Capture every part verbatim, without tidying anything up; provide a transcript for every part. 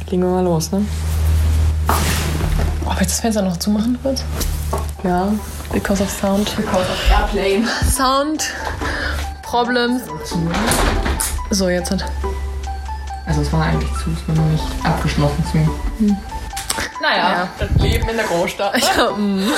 legen wir mal los, ne? Oh, willst du das Fenster noch zumachen kurz? Ja. Because of sound. Because of Airplane. Sound. Problems. So, jetzt hat... Also es war eigentlich zu, es war nur nicht abgeschlossen zu. Hm. Naja, ja. Das Leben in der Großstadt. Ja, mm.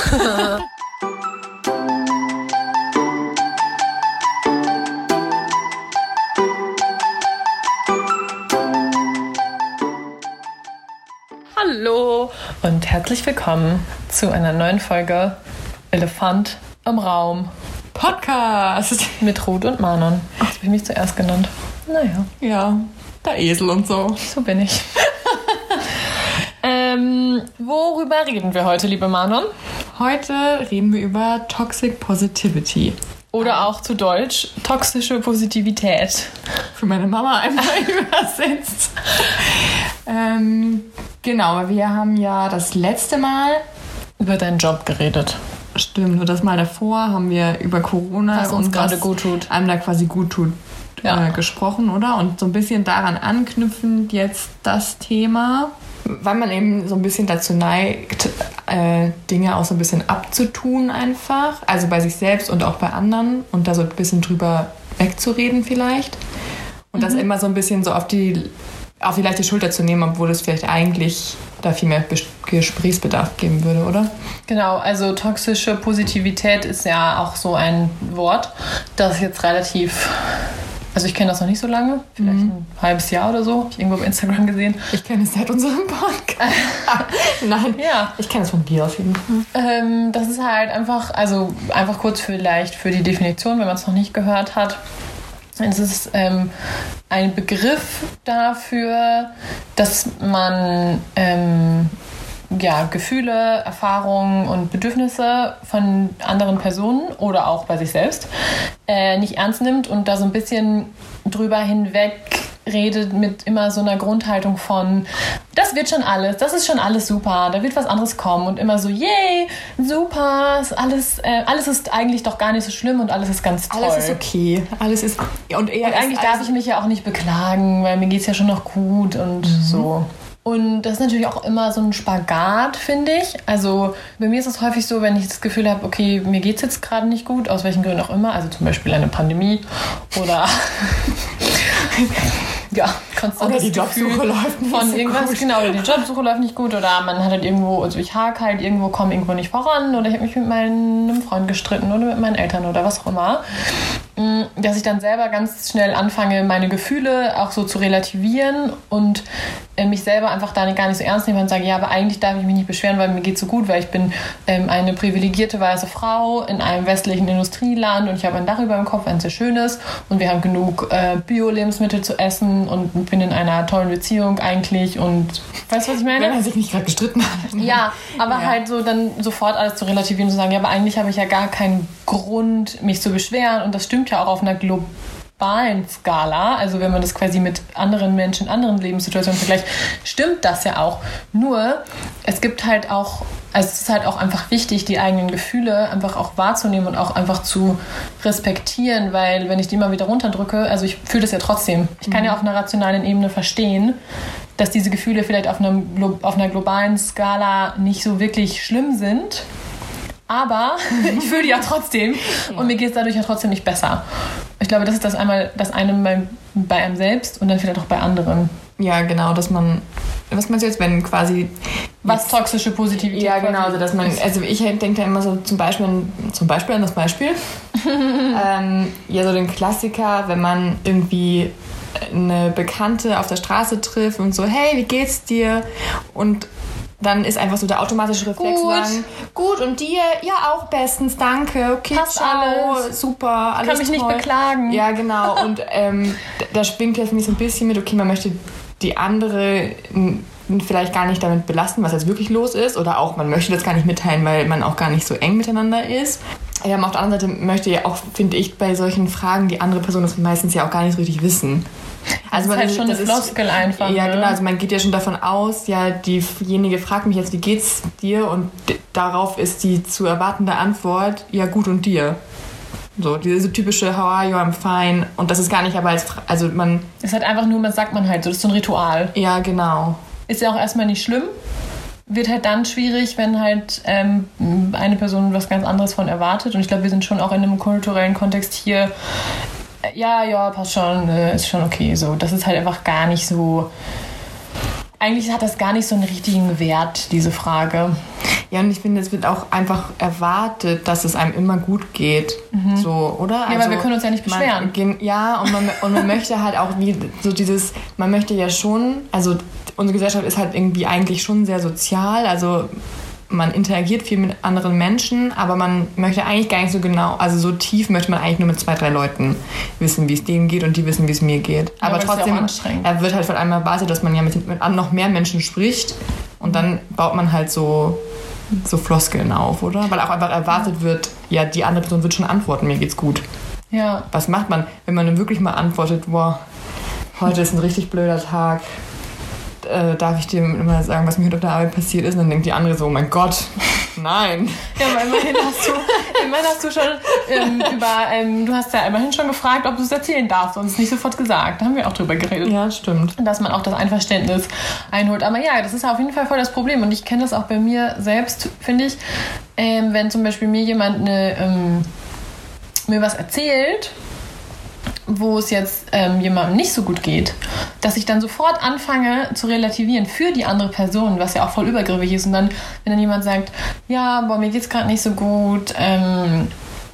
Hallo und herzlich willkommen zu einer neuen Folge Elefant im Raum Podcast mit Ruth und Manon. Ach, das habe ich mich zuerst genannt. Naja. Ja, der Esel und so. So bin ich. ähm, worüber reden wir heute, liebe Manon? Heute reden wir über Toxic Positivity. Oder auch zu Deutsch toxische Positivität. Für meine Mama einfach übersetzt. ähm, genau, wir haben ja das letzte Mal über deinen Job geredet. Stimmt, nur das Mal davor haben wir über Corona was uns und gerade was gut tut. einem da quasi gut tut ja. äh, gesprochen, oder? Und so ein bisschen daran anknüpfend jetzt das Thema, weil man eben so ein bisschen dazu neigt, äh, Dinge auch so ein bisschen abzutun einfach. Also bei sich selbst und auch bei anderen und da so ein bisschen drüber wegzureden vielleicht. Und mhm. das immer so ein bisschen so auf die, auf die leichte Schulter zu nehmen, obwohl es vielleicht eigentlich da viel mehr Gesprächsbedarf geben würde, oder? Genau, also toxische Positivität ist ja auch so ein Wort, das jetzt relativ... Also ich kenne das noch nicht so lange, vielleicht mhm. ein halbes Jahr oder so, habe ich irgendwo auf Instagram gesehen. Ich kenne es seit unserem Podcast. Nein, ja. Ich kenne es von dir auf jeden Fall. Ähm, das ist halt einfach, also einfach kurz vielleicht für die Definition, wenn man es noch nicht gehört hat. Es ist ähm, ein Begriff dafür, dass man ähm, ja, Gefühle, Erfahrungen und Bedürfnisse von anderen Personen oder auch bei sich selbst äh, nicht ernst nimmt und da so ein bisschen drüber hinweg redet mit immer so einer Grundhaltung von, das wird schon alles, das ist schon alles super, da wird was anderes kommen und immer so, yay, super, ist alles, äh, alles ist eigentlich doch gar nicht so schlimm und alles ist ganz toll. Alles ist okay, alles ist... Und, eher und eigentlich darf ich mich ja auch nicht beklagen, weil mir geht's ja schon noch gut und mhm. so. Und das ist natürlich auch immer so ein Spagat, finde ich. Also bei mir ist es häufig so, wenn ich das Gefühl habe, okay, mir geht es jetzt gerade nicht gut, aus welchen Gründen auch immer, also zum Beispiel eine Pandemie oder ja, konstantes oder die Jobsuche läuft nicht von so irgendwas, gut. Genau, oder die Jobsuche läuft nicht gut oder man hat halt irgendwo, also ich hake halt irgendwo, komme irgendwo nicht voran oder ich habe mich mit meinem Freund gestritten oder mit meinen Eltern oder was auch immer. Dass ich dann selber ganz schnell anfange, meine Gefühle auch so zu relativieren und mich selber einfach da gar nicht so ernst nehme und sage, ja, aber eigentlich darf ich mich nicht beschweren, weil mir geht's so gut, weil ich bin ähm, eine privilegierte weiße Frau in einem westlichen Industrieland und ich habe ein Dach über dem Kopf, ein sehr schönes und wir haben genug äh, Bio-Lebensmittel zu essen und bin in einer tollen Beziehung eigentlich und weißt du, was ich meine? Wenn er sich nicht gerade gestritten hat. Ja, aber ja. halt so dann sofort alles zu relativieren und zu sagen, ja, aber eigentlich habe ich ja gar keinen Grund, mich zu beschweren und das stimmt ja auch auf einer globalen Skala, also wenn man das quasi mit anderen Menschen, anderen Lebenssituationen vergleicht, stimmt das ja auch. Nur, es gibt halt auch, also es ist halt auch einfach wichtig, die eigenen Gefühle einfach auch wahrzunehmen und auch einfach zu respektieren, weil wenn ich die immer wieder runterdrücke, also ich fühle das ja trotzdem. Ich kann ja auf einer rationalen Ebene verstehen, dass diese Gefühle vielleicht auf, einem, auf einer globalen Skala nicht so wirklich schlimm sind, aber ich fühle die ja trotzdem und mir geht es dadurch ja trotzdem nicht besser. Ich glaube, das ist das einmal das eine bei, bei einem selbst und dann vielleicht auch bei anderen. Ja, genau, dass man, was meinst du jetzt, wenn quasi... Was toxische Positivität Ja, genau, also dass man, also ich denke da immer so zum Beispiel, zum Beispiel an das Beispiel, ähm, ja so den Klassiker, wenn man irgendwie eine Bekannte auf der Straße trifft und so, hey, wie geht's dir? Und dann ist einfach so der automatische Reflex gut. zu sagen, gut, und dir? Ja, auch bestens, danke, okay, passt ciao, alles. Super, alles kann mich toll. nicht beklagen. Ja, genau, und ähm, da schwingt jetzt mich so ein bisschen mit, okay, man möchte die andere vielleicht gar nicht damit belasten, was jetzt wirklich los ist, oder auch, man möchte das gar nicht mitteilen, weil man auch gar nicht so eng miteinander ist. Ja, aber auf der anderen Seite möchte ja auch, finde ich, bei solchen Fragen die andere Person das meistens ja auch gar nicht so richtig wissen. Also das man, ist halt schon eine Floskel einfach. Ja, ne? genau. Also man geht ja schon davon aus, ja, diejenige fragt mich jetzt, wie geht's dir? Und d- darauf ist die zu erwartende Antwort, ja, gut, und dir? So, diese typische How are you, I'm fine. Und das ist gar nicht aber als... Also man... Es ist halt einfach nur, man sagt man halt so, das ist so ein Ritual. Ja, genau. ist ja auch erstmal nicht schlimm. Wird halt dann schwierig, wenn halt ähm, eine Person was ganz anderes von erwartet. Und ich glaube, wir sind schon auch in einem kulturellen Kontext hier, äh, ja, ja, passt schon, äh, ist schon okay. So, das ist halt einfach gar nicht so... Eigentlich hat das gar nicht so einen richtigen Wert, diese Frage. Ja, und ich finde, es wird auch einfach erwartet, dass es einem immer gut geht. Mhm. So, oder? Ja, also, weil wir können uns ja nicht beschweren. Man, ja, und man, und man möchte halt auch wie so dieses, man möchte ja schon, also unsere Gesellschaft ist halt irgendwie eigentlich schon sehr sozial, also man interagiert viel mit anderen Menschen, aber man möchte eigentlich gar nicht so genau, also so tief möchte man eigentlich nur mit zwei, drei Leuten wissen, wie es denen geht und die wissen, wie es mir geht. Ja, aber trotzdem, ja er wird halt von einem erwartet, dass man ja mit, mit noch mehr Menschen spricht und dann baut man halt so, so Floskeln auf, oder? Weil auch einfach erwartet wird, ja, die andere Person wird schon antworten, mir geht's gut. Ja. Was macht man, wenn man dann wirklich mal antwortet, boah, heute ist ein richtig blöder Tag, Äh, darf ich dir immer sagen, was mir heute auf der Arbeit passiert ist? Und dann denkt die andere so, oh mein Gott, nein. Ja, aber immerhin hast du, immerhin hast du schon ähm, über, ähm, du hast ja immerhin schon gefragt, ob du es erzählen darfst und es nicht sofort gesagt. Da haben wir auch drüber geredet. Ja, stimmt. Dass man auch das Einverständnis einholt. Aber ja, das ist auf jeden Fall voll das Problem. Und ich kenne das auch bei mir selbst, finde ich. Ähm, wenn zum Beispiel mir jemand eine, ähm, mir was erzählt, wo es jetzt ähm, jemandem nicht so gut geht, dass ich dann sofort anfange zu relativieren für die andere Person, was ja auch voll übergriffig ist. Und dann, wenn dann jemand sagt, ja, boah, mir geht's gerade nicht so gut, ähm,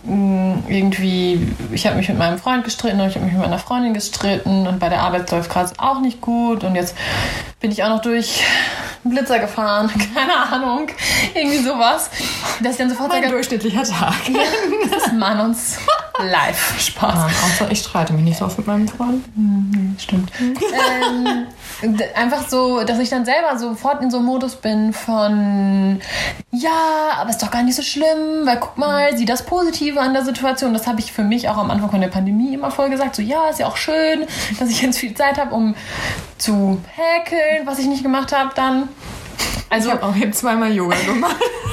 irgendwie, ich habe mich mit meinem Freund gestritten und ich habe mich mit meiner Freundin gestritten und bei der Arbeit läuft gerade auch nicht gut und jetzt bin ich auch noch durch einen Blitzer gefahren, keine Ahnung, irgendwie sowas. Dass ich dann sofort Ein sage, durchschnittlicher Tag. Ja, das ist Manons live Spaß. Ja, außer ich streite mich nicht so oft mit meinem Freund. Mhm, stimmt. ähm, d- einfach so, dass ich dann selber sofort in so einem Modus bin von ja, aber ist doch gar nicht so schlimm, weil guck mal, sieh das Positive an der Situation. Das habe ich für mich auch am Anfang von der Pandemie immer voll gesagt. So, ja, ist ja auch schön, dass ich jetzt viel Zeit habe, um zu häkeln, was ich nicht gemacht habe dann. Also, ich habe auch eben zweimal Yoga gemacht.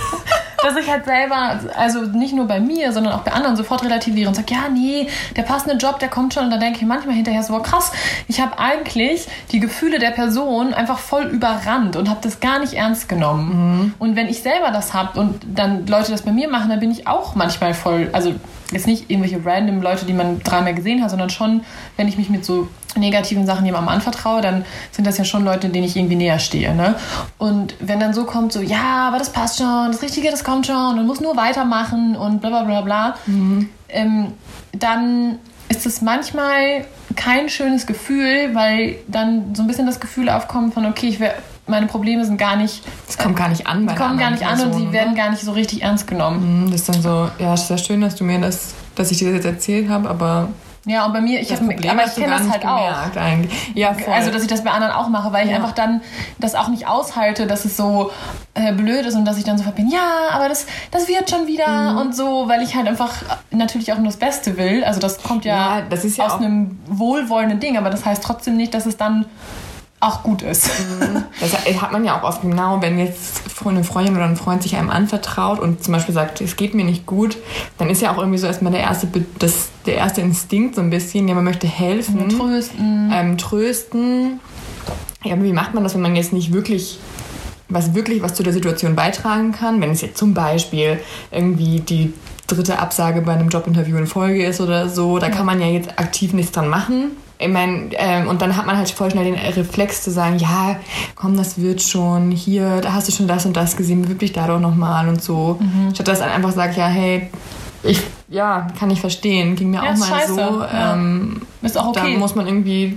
Dass ich halt selber, also nicht nur bei mir, sondern auch bei anderen sofort relativiere und sage, ja, nee, der passende Job, der kommt schon. Und dann denke ich manchmal hinterher so, krass, ich habe eigentlich die Gefühle der Person einfach voll überrannt und habe das gar nicht ernst genommen. Mhm. Und wenn ich selber das habe und dann Leute das bei mir machen, dann bin ich auch manchmal voll, also jetzt nicht irgendwelche random Leute, die man dreimal gesehen hat, sondern schon, wenn ich mich mit so negativen Sachen jemandem anvertraue, dann sind das ja schon Leute, denen ich irgendwie näher stehe. Ne? Und wenn dann so kommt, so, ja, aber das passt schon, das Richtige, das kommt schon, man muss nur weitermachen und bla bla bla bla, mhm. ähm, dann ist es manchmal kein schönes Gefühl, weil dann so ein bisschen das Gefühl aufkommt von, okay, ich wär, meine Probleme sind gar nicht... Das kommt gar nicht an bei Die kommen gar nicht Person, an und sie werden gar nicht so richtig ernst genommen. Das ist dann so, ja, es ist ja schön, dass du mir das, dass ich dir das jetzt erzählt habe, aber... Ja, und bei mir, ich habe, aber ich kenne das halt auch. Eigentlich. Ja, voll. Also, dass ich das bei anderen auch mache, weil ich ja. einfach dann das auch nicht aushalte, dass es so äh, blöd ist und dass ich dann so bin, ja, aber das, das wird schon wieder mhm. und so, weil ich halt einfach natürlich auch nur das Beste will. Also das kommt ja, ja, das ist ja aus einem wohlwollenden Ding, aber das heißt trotzdem nicht, dass es dann auch gut ist. Das hat man ja auch oft genau, wenn jetzt eine Freundin oder ein Freund sich einem anvertraut und zum Beispiel sagt, es geht mir nicht gut, dann ist ja auch irgendwie so erstmal der erste, das, der erste Instinkt so ein bisschen, ja, man möchte helfen. Ja, trösten. Ähm, trösten. Ja, aber wie macht man das, wenn man jetzt nicht wirklich was wirklich was zu der Situation beitragen kann? Wenn es jetzt zum Beispiel irgendwie die dritte Absage bei einem Jobinterview in Folge ist oder so, da kann man ja jetzt aktiv nichts dran machen. Ich meine, ähm, und dann hat man halt voll schnell den Reflex zu sagen, ja, komm, das wird schon, hier, da hast du schon das und das gesehen, bewirb dich da doch nochmal und so. Mhm. Statt dass dann einfach sagt, ja, hey, ich, ja, kann ich verstehen, ging mir ja, auch mal scheiße. so. Ja. Ähm, ist auch okay. Da muss man irgendwie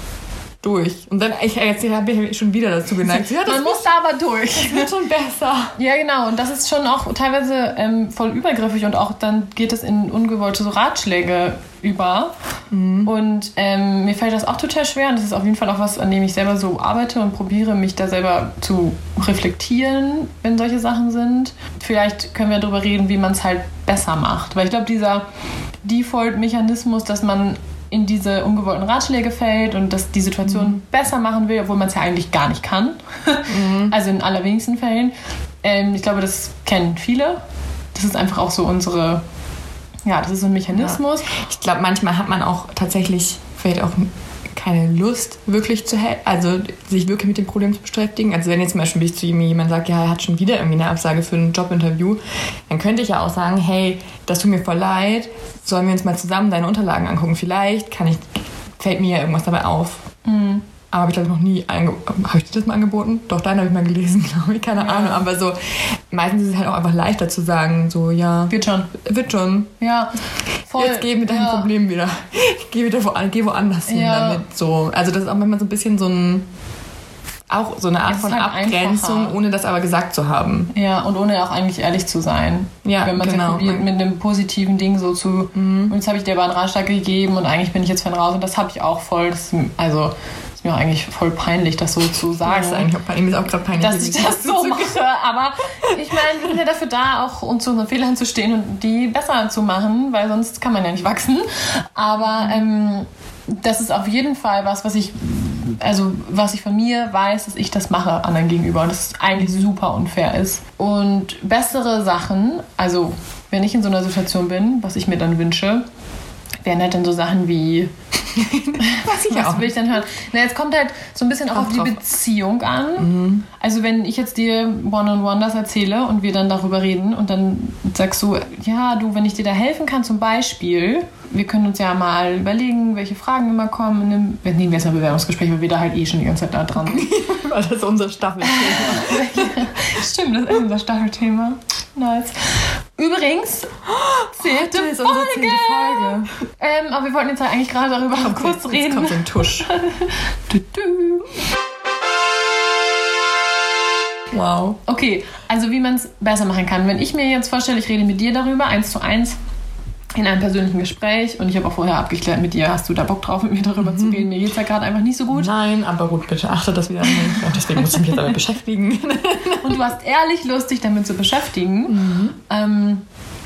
durch. Und dann, ich, jetzt habe ich schon wieder dazu geneigt. Ja, man muss da aber durch. Das wird schon besser. Ja, genau. Und das ist schon auch teilweise ähm, voll übergriffig und auch dann geht es in ungewollte so Ratschläge über. Mhm. Und ähm, mir fällt das auch total schwer und das ist auf jeden Fall auch was, an dem ich selber so arbeite und probiere, mich da selber zu reflektieren, wenn solche Sachen sind. Vielleicht können wir darüber reden, wie man es halt besser macht. Weil ich glaube, dieser Default-Mechanismus, dass man in diese ungewollten Ratschläge fällt und dass die Situation mhm. besser machen will, obwohl man es ja eigentlich gar nicht kann. Mhm. Also in allerwenigsten Fällen. Ähm, ich glaube, das kennen viele. Das ist einfach auch so unsere, ja, das ist so ein Mechanismus. Ja. Ich glaube, manchmal hat man auch tatsächlich vielleicht auch keine Lust, wirklich zu helfen, also sich wirklich mit dem Problem zu beschäftigen. Also wenn jetzt zum Beispiel zu jemand sagt, ja, er hat schon wieder irgendwie eine Absage für ein Jobinterview, dann könnte ich ja auch sagen, hey, das tut mir voll leid, sollen wir uns mal zusammen deine Unterlagen angucken? Vielleicht kann ich, fällt mir ja irgendwas dabei auf. Mhm. Aber habe ich glaube ich noch nie, einge- habe ich dir das mal angeboten? Doch, deinen habe ich mal gelesen, glaube ich, keine ja. Ahnung. Aber so, meistens ist es halt auch einfach leichter zu sagen, so, ja. Wird schon. Wird schon. Ja, voll. Jetzt geh mit deinem ja. Problem wieder. Geh wieder wo, geh woanders hin ja. damit. So. Also das ist auch manchmal so ein bisschen so ein, auch so eine Art von halt Abgrenzung, einfacher. ohne das aber gesagt zu haben. Ja, und ohne auch eigentlich ehrlich zu sein. Ja, wenn man genau. sich probiert, mit einem positiven Ding so zu, mhm. und jetzt habe ich dir aber einen Ratschlag gegeben und eigentlich bin ich jetzt von raus und das habe ich auch voll, das, also ist mir auch eigentlich voll peinlich, das so zu sagen. Das ist eigentlich auch peinlich, mir ist auch gerade peinlich, dass ich das so mache, aber ich meine, wir sind ja dafür da, auch um zu unseren Fehlern zu stehen und die besser zu machen, weil sonst kann man ja nicht wachsen. Aber ähm, das ist auf jeden Fall was, was ich also was ich von mir weiß, dass ich das mache anderen gegenüber und das eigentlich super unfair ist. Und bessere Sachen, also wenn ich in so einer Situation bin, was ich mir dann wünsche, wären halt dann so Sachen wie was, ich was auch. will ich dann hören? Na, jetzt kommt halt so ein bisschen auch auf die Beziehung an. Mhm. Also wenn ich jetzt dir One-on-One das erzähle und wir dann darüber reden und dann sagst du, ja, du, wenn ich dir da helfen kann, zum Beispiel, wir können uns ja mal überlegen, welche Fragen immer kommen. In einem, wir nehmen jetzt mal Bewerbungsgespräch, weil wir da halt eh schon die ganze Zeit da dran sind. Weil das ist unser Staffelthema. Stimmt, das ist unser Staffelthema. Nice. Übrigens, zehnte Ach, das ist unsere Folge. zehnte Folge. Ähm, aber wir wollten jetzt eigentlich gerade darüber Komm, kurz jetzt, reden. Jetzt kommt so ein Tusch. du, du. Wow. Okay, also wie man es besser machen kann. Wenn ich mir jetzt vorstelle, ich rede mit dir darüber, eins zu eins, in einem persönlichen Gespräch und ich habe auch vorher abgeklärt mit dir, hast du da Bock drauf, mit mir darüber mhm. zu reden? Mir geht es ja gerade einfach nicht so gut. Nein, aber gut, bitte achte das wieder nicht. Und deswegen muss ich mich jetzt damit beschäftigen. Und du hast ehrlich Lust, dich damit zu beschäftigen. Mhm. Ähm,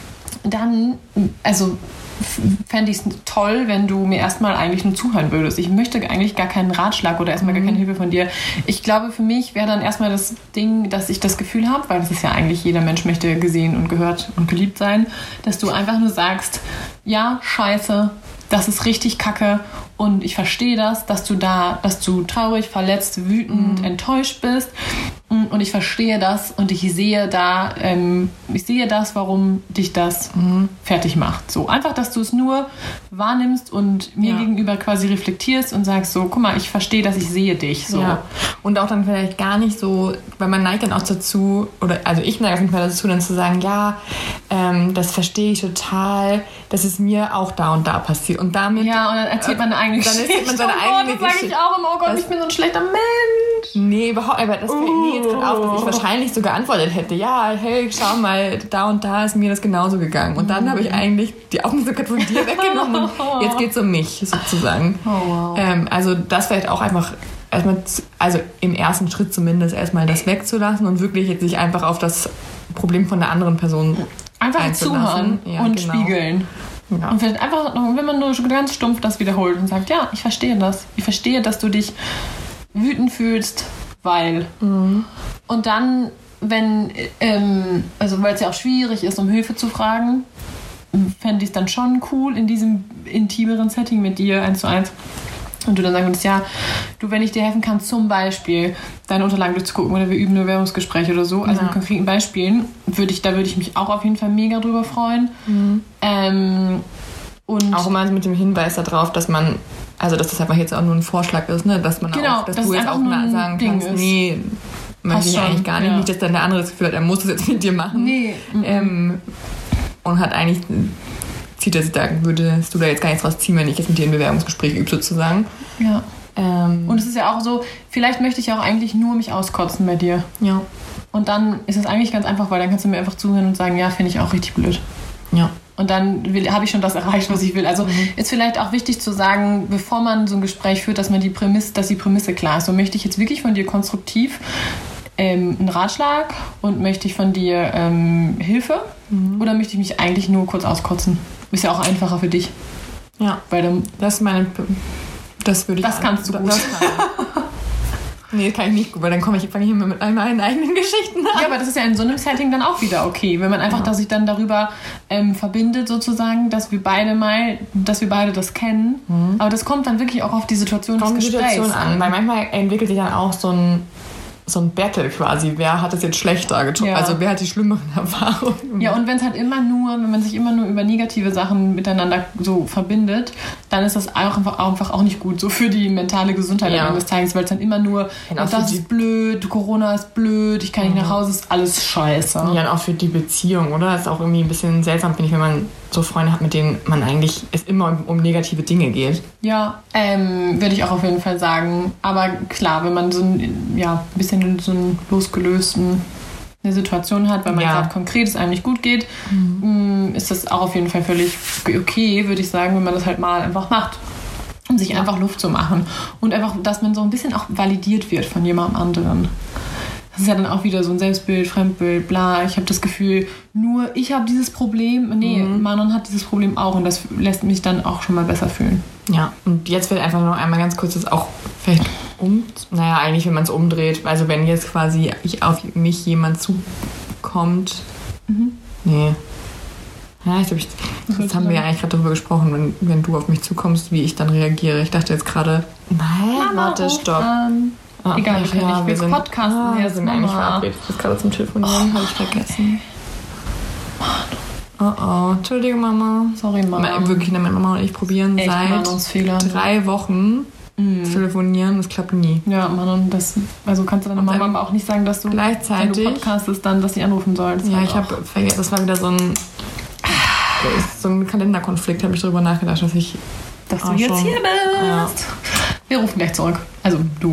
dann, also fände ich es toll, wenn du mir erstmal eigentlich nur zuhören würdest. Ich möchte eigentlich gar keinen Ratschlag oder erstmal gar keine Hilfe von dir. Ich glaube, für mich wäre dann erstmal das Ding, dass ich das Gefühl habe, weil das ist ja eigentlich, jeder Mensch möchte gesehen und gehört und geliebt sein, dass du einfach nur sagst, ja, scheiße, das ist richtig kacke und ich verstehe das, dass du da, dass du traurig, verletzt, wütend, mhm. enttäuscht bist und ich verstehe das und ich sehe da, ähm, ich sehe das, warum dich das mhm. fertig macht. So einfach, dass du es nur wahrnimmst und mir ja. gegenüber quasi reflektierst und sagst so, guck mal, ich verstehe das, ich sehe dich. So. Ja. Und auch dann vielleicht gar nicht so, weil man neigt dann auch dazu, oder also ich neige auf jeden Fall dazu, dann zu sagen, ja, ähm, das verstehe ich total, das ist mir auch da und da passiert. Und damit, ja, und dann erzählt man eine eigene dann Geschichte. Dann erzählt man seine oh eigene Gott, das Geschichte. sage ich auch immer, oh Gott, das, ich bin so ein schlechter Mensch. Nee, überhaupt, aber das fällt uh. mir jetzt gerade auf, dass ich wahrscheinlich so geantwortet hätte, ja, hey, schau mal, da und da ist mir das genauso gegangen. Und dann habe ich eigentlich die Aufmerksamkeit von dir weggenommen und jetzt geht es um mich, sozusagen. Oh, wow. ähm, also das vielleicht auch einfach erstmal, also im ersten Schritt zumindest erstmal das wegzulassen und wirklich jetzt sich einfach auf das Problem von der anderen Person einfach zuhören ja, und genau. spiegeln. Ja. Und vielleicht einfach, wenn man nur ganz stumpf das wiederholt und sagt, ja, ich verstehe das. Ich verstehe, dass du dich wütend fühlst, weil. Mhm. Und dann, wenn, ähm, also weil es ja auch schwierig ist, um Hilfe zu fragen, fände ich es dann schon cool in diesem intimeren Setting mit dir eins zu eins. Und du dann sagen würdest, ja, du, wenn ich dir helfen kann, zum Beispiel deine Unterlagen durchzugucken oder wir üben ein Bewerbungsgespräch oder so, also ja. mit konkreten Beispielen, würde ich, da würde ich mich auch auf jeden Fall mega drüber freuen. Mhm. Ähm, und auch immer mit dem Hinweis darauf, dass man, also dass das einfach jetzt auch nur ein Vorschlag ist, ne? Dass man genau, auch, dass das du jetzt auch sagen Ding kannst, ist. nee, möchte ich eigentlich gar nicht, ja. nicht, dass dann der andere das Gefühl hat, er muss das jetzt mit dir machen. Nee. Ähm, und hat eigentlich, zieht er sich da, würdest du da jetzt gar nichts rausziehen, wenn ich jetzt mit dir ein Bewerbungsgespräch übe, sozusagen. Ja. Ähm, und es ist ja auch so, vielleicht möchte ich auch eigentlich nur mich auskotzen bei dir. Ja. Und dann ist es eigentlich ganz einfach, weil dann kannst du mir einfach zuhören und sagen, ja, finde ich auch richtig blöd. Ja. Und dann habe ich schon das erreicht, was ich will. Also mhm. ist vielleicht auch wichtig zu sagen, bevor man so ein Gespräch führt, dass man die Prämisse, dass die Prämisse klar ist. So möchte ich jetzt wirklich von dir konstruktiv ähm, einen Ratschlag und möchte ich von dir ähm, Hilfe mhm. oder möchte ich mich eigentlich nur kurz auskotzen? Ist ja auch einfacher für dich. Ja. Weil dann, das ist meine, das würde ich. Das kannst du gut. Das kann Nee, das kann ich nicht gut, weil dann komme ich, fange ich immer mit meinen eigenen Geschichten an. Ja, aber das ist ja in so einem Setting dann auch wieder okay, wenn man einfach, ja. dass sich dann darüber ähm, verbindet sozusagen, dass wir beide mal, dass wir beide das kennen. Mhm. Aber das kommt dann wirklich auch auf die Situation kommt des Gesprächs Situation an. an. Weil manchmal entwickelt sich dann auch so ein so ein Battle quasi. Wer hat es jetzt schlechter getroffen? Ja. Also wer hat die schlimmeren Erfahrungen? Ja, und wenn es halt immer nur, wenn man sich immer nur über negative Sachen miteinander so verbindet, dann ist das auch einfach, einfach auch nicht gut, so für die mentale Gesundheit ja. des Tages, weil es dann immer nur, genau, und das ist blöd, Corona ist blöd, ich kann nicht mhm. nach Hause, ist alles scheiße. Ja, und auch für die Beziehung, oder? Das ist auch irgendwie ein bisschen seltsam, finde ich, wenn man so Freunde hat, mit denen man eigentlich es immer um, um negative Dinge geht. Ja, ähm, würde ich auch auf jeden Fall sagen. Aber klar, wenn man so ein, ja, ein bisschen so einen losgelösten eine Situation hat, weil man ja. gerade konkret es einem nicht gut geht, mhm. ist das auch auf jeden Fall völlig okay, würde ich sagen, wenn man das halt mal einfach macht. Um sich ja. einfach Luft zu machen. Und einfach, dass man so ein bisschen auch validiert wird von jemandem anderen. Das ist ja dann auch wieder so ein Selbstbild, Fremdbild, bla. Ich habe das Gefühl, nur ich habe dieses Problem. Nee, mhm. Manon hat dieses Problem auch und das lässt mich dann auch schon mal besser fühlen. Ja, und jetzt wird einfach noch einmal ganz kurz das auch vielleicht um... Naja, eigentlich, wenn man es umdreht. Also wenn jetzt quasi ich auf mich jemand zukommt... Mhm. Nee. Ja, ich glaube, das haben wir ja eigentlich gerade darüber gesprochen, wenn, wenn du auf mich zukommst, wie ich dann reagiere. Ich dachte jetzt gerade... Nein, warte, stopp. Um. Ah, egal, wir können ja, nicht. Wir sind, podcasten. Ah, wir sind eigentlich verabredet. Ich bin gerade zum Telefonieren. Oh, habe ich vergessen. Oh oh. Entschuldige, Mama. Sorry, Mama. Wirklich, meine Mama und ich probieren echt seit drei Wochen mm. zu telefonieren. Das klappt nie. Ja, Manon, das... Also kannst du deiner Mama aber auch nicht sagen, dass du... Gleichzeitig... Wenn du podcastest, dann, dass sie anrufen soll. Das ja, ich habe vergessen. Das war wieder so ein... So ein Kalenderkonflikt, habe ich darüber nachgedacht, dass ich... Dass du jetzt schon hier bist. Ja. Wir rufen gleich zurück. Also du.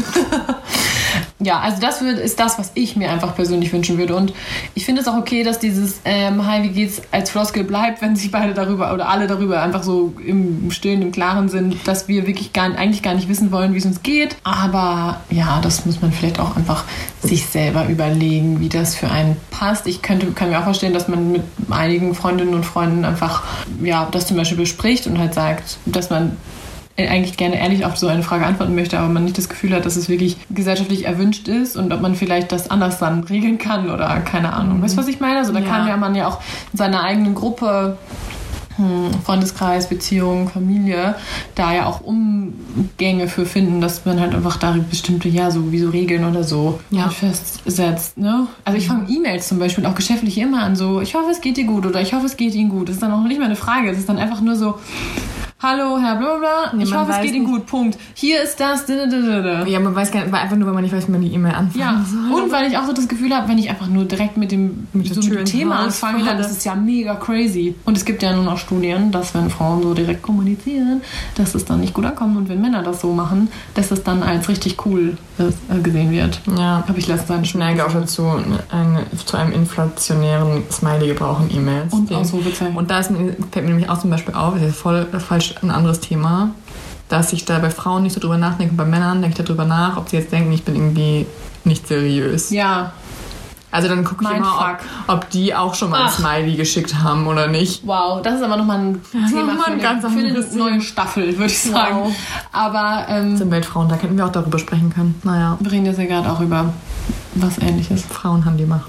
Ja, also das wird, ist das, was ich mir einfach persönlich wünschen würde. Und ich finde es auch okay, dass dieses ähm, Hi, wie geht's als Floskel bleibt, wenn sich beide darüber oder alle darüber einfach so im Stillen, im Klaren sind, dass wir wirklich gar, eigentlich gar nicht wissen wollen, wie es uns geht. Aber ja, das muss man vielleicht auch einfach sich selber überlegen, wie das für einen passt. Ich könnte, kann mir auch vorstellen, dass man mit einigen Freundinnen und Freunden einfach ja, das zum Beispiel bespricht und halt sagt, dass man eigentlich gerne ehrlich auf so eine Frage antworten möchte, aber man nicht das Gefühl hat, dass es wirklich gesellschaftlich erwünscht ist und ob man vielleicht das anders dann regeln kann oder keine Ahnung. Mhm. Weißt du, was ich meine? Also da ja. kann ja man ja auch in seiner eigenen Gruppe, hm, Freundeskreis, Beziehung, Familie, da ja auch Umgänge für finden, dass man halt einfach da bestimmte, ja, so wie so Regeln oder so ja. festsetzt. Ne? Also ich fange E-Mails zum Beispiel auch geschäftlich immer an, so ich hoffe, es geht dir gut oder ich hoffe, es geht Ihnen gut. Das ist dann auch nicht mehr eine Frage, das ist dann einfach nur so hallo, Herr blablabla, nee, ich hoffe, es geht Ihnen gut, Punkt. Hier ist das, dadadada. Ja, man weiß gar nicht, einfach nur, weil man nicht weiß, wie man die E-Mail anfangen ja. soll. Und weil ich auch so das Gefühl habe, wenn ich einfach nur direkt mit dem, mit so dem Thema anfange, dann ist es ja mega crazy. Und es gibt ja nun auch Studien, dass wenn Frauen so direkt kommunizieren, dass es dann nicht gut ankommt und wenn Männer das so machen, dass es dann als richtig cool gesehen wird. Ja. Habe ich letztens einen Ich neige auch dazu, eine, zu einem inflationären Smiley gebrauchen E-Mails. Und Ausrufezeichen. Und da ist, fällt mir nämlich auch zum Beispiel auf, das ist voll falsch ein anderes Thema, dass ich da bei Frauen nicht so drüber nachdenke, bei Männern denke ich darüber nach, ob sie jetzt denken, ich bin irgendwie nicht seriös. Ja. Also dann gucke ich immer, ob, ob die auch schon mal Ach. ein Smiley geschickt haben oder nicht. Wow, das ist aber nochmal ein Thema noch für, ein ganz eine, für eine neue Staffel, würde ich sagen. Wow. Aber ähm, zum Weltfrauen, da könnten wir auch darüber sprechen können. Naja. Wir reden jetzt ja gerade auch über was Ähnliches. Frauen haben die Macht.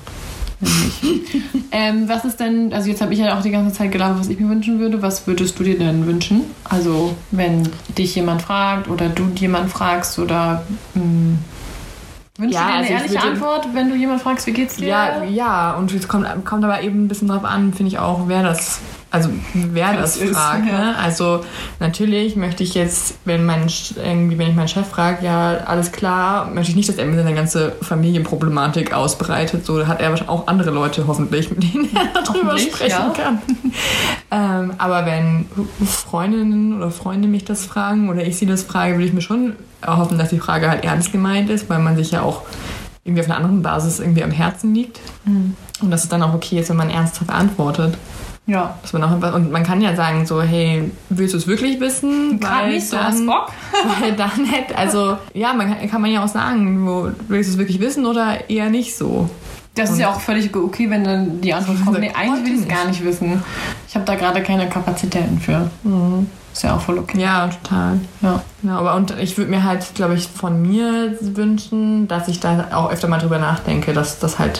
ähm, was ist denn, also jetzt habe ich ja auch die ganze Zeit gelabert, was ich mir wünschen würde. Was würdest du dir denn wünschen? Also wenn dich jemand fragt oder du jemand fragst oder mh, wünschst ja, du dir eine also ehrliche Antwort, wenn du jemand fragst, wie geht's dir? Ja, ja, und es kommt, kommt aber eben ein bisschen drauf an, finde ich auch, wer das, also wer das, das fragt. Ist, ja. ne? Also natürlich möchte ich jetzt, wenn mein irgendwie, wenn ich meinen Chef frage, ja, alles klar, möchte ich nicht, dass er mir seine ganze Familienproblematik ausbreitet. So hat er wahrscheinlich auch andere Leute hoffentlich, mit denen er darüber sprechen ja. kann. ähm, aber wenn Freundinnen oder Freunde mich das fragen oder ich sie das frage, würde ich mir schon hoffen, dass die Frage halt ernst gemeint ist, weil man sich ja auch irgendwie auf einer anderen Basis irgendwie am Herzen liegt. Mhm. Und dass es dann auch okay ist, wenn man ernsthaft antwortet. Ja. Dass man auch, und man kann ja sagen so, hey, willst du es wirklich wissen? Gerade nicht, so hast Bock. Weil dann hätte, also ja, man kann, kann man ja auch sagen, wo, willst du es wirklich wissen oder eher nicht so? Das ist und ja auch völlig okay, wenn dann die Antwort kommt, nee, eigentlich will ich es gar nicht wissen. Ich habe da gerade keine Kapazitäten für. Mhm. Ist ja auch voll okay. Ja, total. Ja. Ja, aber und ich würde mir halt, glaube ich, von mir wünschen, dass ich da auch öfter mal drüber nachdenke, dass das halt,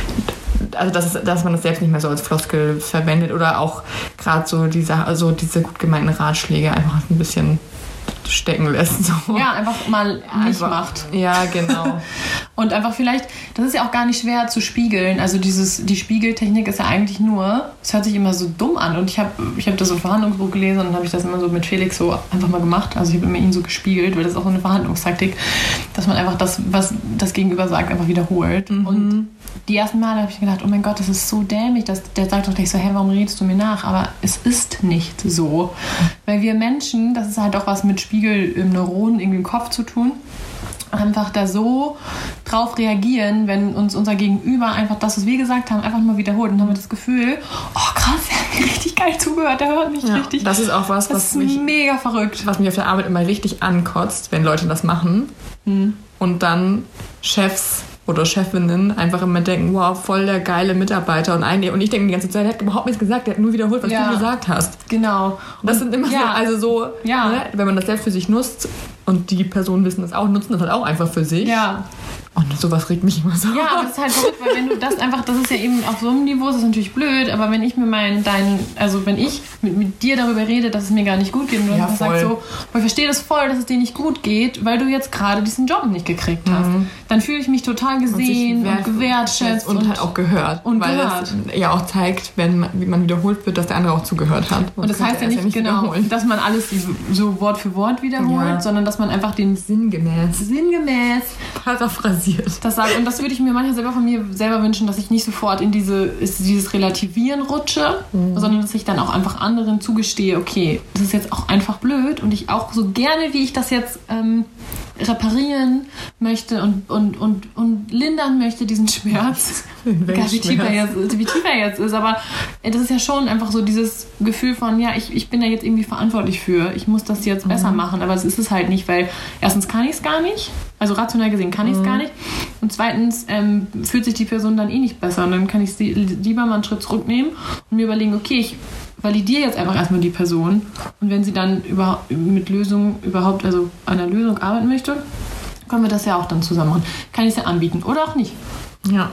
also dass, es, dass man das selbst nicht mehr so als Floskel verwendet oder auch gerade so diese, also diese gut gemeinten Ratschläge einfach ein bisschen stecken lässt. So. Ja, einfach mal nicht einfach, macht. Ja, genau. Und einfach vielleicht, das ist ja auch gar nicht schwer zu spiegeln. Also dieses, die Spiegeltechnik ist ja eigentlich nur, es hört sich immer so dumm an. Und ich habe ich hab da so ein Verhandlungsbuch gelesen und dann habe ich das immer so mit Felix so einfach mal gemacht. Also ich habe immer ihn so gespiegelt, weil das ist auch so eine Verhandlungstaktik, dass man einfach das, was das Gegenüber sagt, einfach wiederholt. Mhm. Und die ersten Male habe ich gedacht, oh mein Gott, das ist so dämlich. Das, der sagt doch gleich so, hey, warum redest du mir nach? Aber es ist nicht so. Weil wir Menschen, das ist halt auch was mit Spiegel im Neuronen irgendwie im Kopf zu tun, einfach da so drauf reagieren, wenn uns unser Gegenüber einfach das, was wir gesagt haben, einfach mal wiederholt. Und dann haben wir das Gefühl, oh krass, der hat mir richtig geil zugehört, der hört mich ja, richtig. Das ist auch was, das was ist mich, mega verrückt. Was mich auf der Arbeit immer richtig ankotzt, wenn Leute das machen hm. und dann Chefs oder Chefinnen einfach immer denken, wow, voll der geile Mitarbeiter. Und, ein, und ich denke die ganze Zeit, der hat überhaupt nichts gesagt, der hat nur wiederholt, was ja. du gesagt hast. Genau. Und das sind immer ja. so, also so, ja. ne, wenn man das selbst für sich nutzt und die Personen wissen das auch, nutzen das halt auch einfach für sich. Ja. Und sowas regt mich immer so. Ja, aber das ist halt verrückt, weil wenn du das einfach, das ist ja eben auf so einem Niveau, das ist natürlich blöd, aber wenn ich mir meinen, deinen, also wenn ich mit, mit dir darüber rede, dass es mir gar nicht gut geht und du ja, einfach sagst so, ich verstehe das voll, dass es dir nicht gut geht, weil du jetzt gerade diesen Job nicht gekriegt hast, mhm. dann fühle ich mich total gesehen und, und gewertschätzt und, und halt auch gehört. Und weil gehört. es ja auch zeigt, wenn man, wie man wiederholt wird, dass der andere auch zugehört hat. Und, und das heißt ja nicht, ja nicht genau, wiederholen. Dass man alles so Wort für Wort wiederholt, ja. sondern dass man einfach den sinngemäß, sinngemäß paraphrasiert. Das sagt. Und das würde ich mir manchmal selber von mir selber wünschen, dass ich nicht sofort in diese, dieses Relativieren rutsche, mhm. sondern dass ich dann auch einfach anderen zugestehe, okay, das ist jetzt auch einfach blöd und ich auch so gerne, wie ich das jetzt ähm, reparieren möchte und, und, und, und lindern möchte, diesen Schmerz. Egal, wie tief er jetzt, wie tief er jetzt ist. Aber das ist ja schon einfach so dieses Gefühl von, ja, ich, ich bin da jetzt irgendwie verantwortlich für. Ich muss das jetzt mhm. besser machen. Aber das ist es halt nicht, weil erstens kann ich es gar nicht. Also rational gesehen kann ich es mhm. gar nicht. Und zweitens ähm, fühlt sich die Person dann eh nicht besser. Und dann kann ich sie lieber mal einen Schritt zurücknehmen und mir überlegen, okay, ich validiere jetzt einfach erstmal die Person. Und wenn sie dann über, mit Lösungen überhaupt, also an einer Lösung arbeiten möchte, können wir das ja auch dann zusammen machen. Kann ich es ja anbieten oder auch nicht. Ja.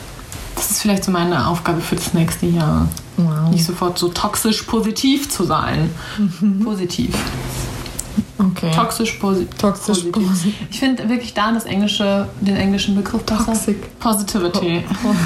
Das ist vielleicht so meine Aufgabe für das nächste Jahr. Wow. Nicht sofort so toxisch positiv zu sein. Mhm. Positiv. Okay. Toxisch, posi- Toxisch positiv. positiv. Ich finde wirklich da das englische, den englischen Begriff besser. Toxic. Positivity. Oh. Oh.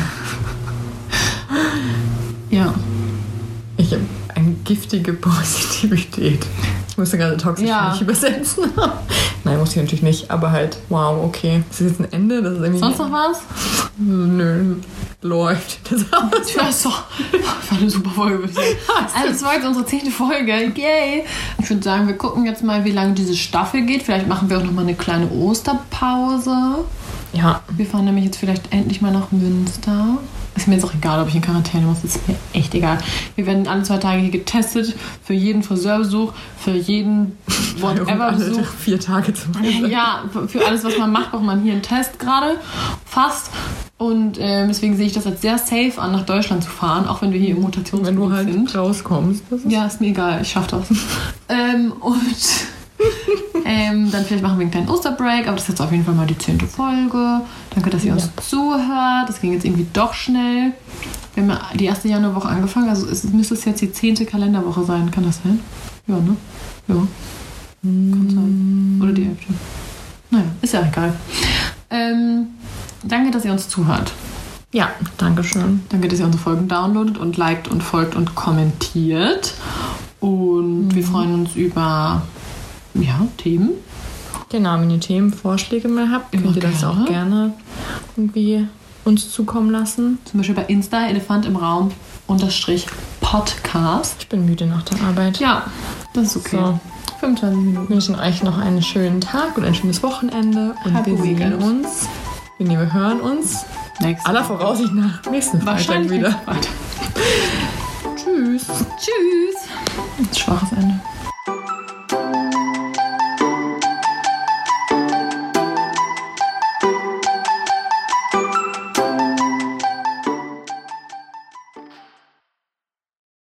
Ja. Ich habe eine giftige Positivität. Ich musste gerade toxisch ja. nicht übersetzen. Nein, muss ich natürlich nicht, aber halt, wow, okay. Ist das jetzt ein Ende? Das ist irgendwie Sonst noch was? Nö, läuft. Das ja, so. War eine super Folge, würde ich sagen. Also, das war jetzt unsere zehnte Folge. Yay! Ich würde sagen, wir gucken jetzt mal, wie lange diese Staffel geht. Vielleicht machen wir auch noch mal eine kleine Osterpause. Ja. Wir fahren nämlich jetzt vielleicht endlich mal nach Münster. Ist mir jetzt auch egal, ob ich in Quarantäne muss. Ist mir echt egal. Wir werden alle zwei Tage hier getestet. Für jeden Friseurbesuch, für jeden Whatever-Besuch. Vier Tage zum Beispiel. Ja, für alles, was man macht, braucht man hier einen Test gerade. Fast. Und äh, deswegen sehe ich das als sehr safe an, nach Deutschland zu fahren, auch wenn wir hier im Mutationsgebiet sind. Wenn du halt sind. rauskommst. Das ist ja, ist mir egal. Ich schaffe das. ähm, und ähm, dann vielleicht machen wir einen kleinen Osterbreak, aber das ist jetzt auf jeden Fall mal die zehnte Folge. Danke, dass ihr ja. uns zuhört. Das ging jetzt irgendwie doch schnell. Wir haben ja die erste Januarwoche angefangen, also es müsste es jetzt die zehnte Kalenderwoche sein. Kann das sein? Ja, ne? Ja. Kann sein. Oder die elfte. Naja, ist ja egal. Ähm, danke, dass ihr uns zuhört. Ja, danke schön. Danke, dass ihr unsere Folgen downloadet und liked und folgt und kommentiert. Und mhm. wir freuen uns über ja, Themen. Genau, wenn ihr Themenvorschläge mehr habt, könnt Immer ihr das gerne. auch gerne irgendwie uns zukommen lassen. Zum Beispiel bei Insta, Elefant im Raum, unterstrich Podcast. Ich bin müde nach der Arbeit. Ja, das ist okay. So. fünfundzwanzig Minuten. Wir wünschen euch noch einen schönen Tag und ein schönes Wochenende. Und Happy wir sehen Weekend. uns, nee, wir hören uns Next aller Voraussicht nach nächsten Freitag wieder. Tschüss. Tschüss. Tschüss. Schwaches Ende.